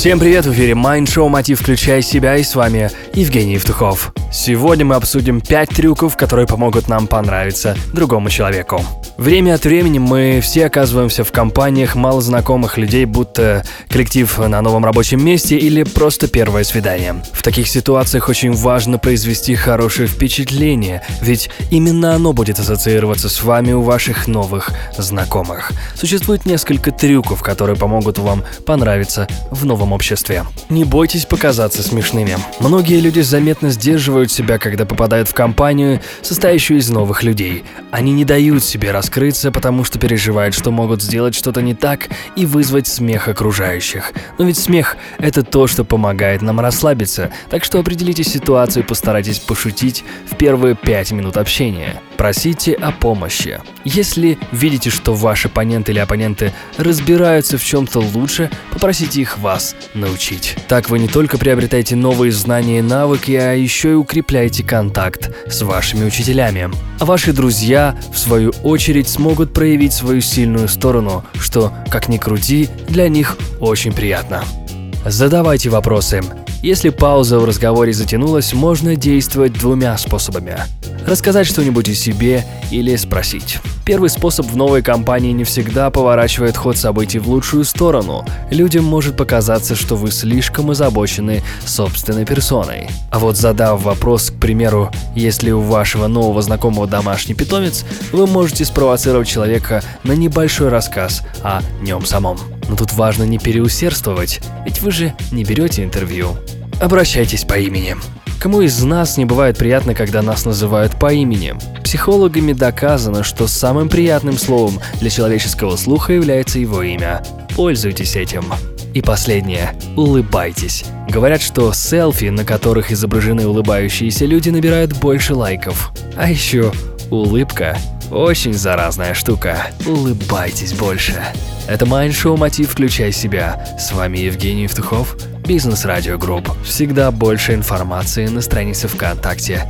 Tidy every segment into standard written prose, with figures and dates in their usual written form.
Всем привет, в эфире Mind Show Мотив «Включай себя», и с вами Евгений Евтухов. Сегодня мы обсудим 5 трюков, которые помогут нам понравиться другому человеку. Время от времени мы все оказываемся в компаниях малознакомых людей, будто коллектив на новом рабочем месте или просто первое свидание. В таких ситуациях очень важно произвести хорошее впечатление, ведь именно оно будет ассоциироваться с вами у ваших новых знакомых. Существует несколько трюков, которые помогут вам понравиться в новом обществе. Не бойтесь показаться смешными. Многие люди заметно сдерживают себя, когда попадают в компанию, состоящую из новых людей. Они не дают себе раскрыться, потому что переживают, что могут сделать что-то не так и вызвать смех окружающих. Но ведь смех – это то, что помогает нам расслабиться, так что определите ситуацию и постарайтесь пошутить в первые 5 минут общения. Просите о помощи. Если видите, что ваш оппонент или оппоненты разбираются в чем-то лучше, попросите их вас научить. Так вы не только приобретаете новые знания и навыки, а еще и укрепляете контакт с вашими учителями. А ваши друзья, в свою очередь, смогут проявить свою сильную сторону, что, как ни крути, для них очень приятно. Задавайте вопросы. Если пауза в разговоре затянулась, можно действовать двумя способами. Рассказать что-нибудь о себе или спросить. Первый способ в новой компании не всегда поворачивает ход событий в лучшую сторону. Людям может показаться, что вы слишком озабочены собственной персоной. А вот задав вопрос, к примеру, есть ли у вашего нового знакомого домашний питомец, вы можете спровоцировать человека на небольшой рассказ о нем самом. Но тут важно не переусердствовать, ведь вы же не берете интервью. Обращайтесь по имени. Кому из нас не бывает приятно, когда нас называют по имени? Психологами доказано, что самым приятным словом для человеческого слуха является его имя. Пользуйтесь этим. И последнее. Улыбайтесь. Говорят, что селфи, на которых изображены улыбающиеся люди, набирают больше лайков. А еще улыбка – очень заразная штука. Улыбайтесь больше. Это Mind Show Мотив «Включай себя». С вами Евгений Евтухов, Бизнес Радио Групп. Всегда больше информации на странице ВКонтакте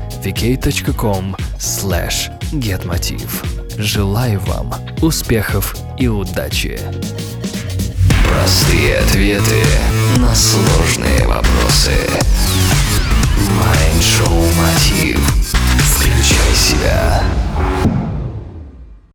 vk.com/getmotiv. Желаю вам успехов и удачи. Простые ответы на сложные вопросы. Mind Show Мотив. Включай себя.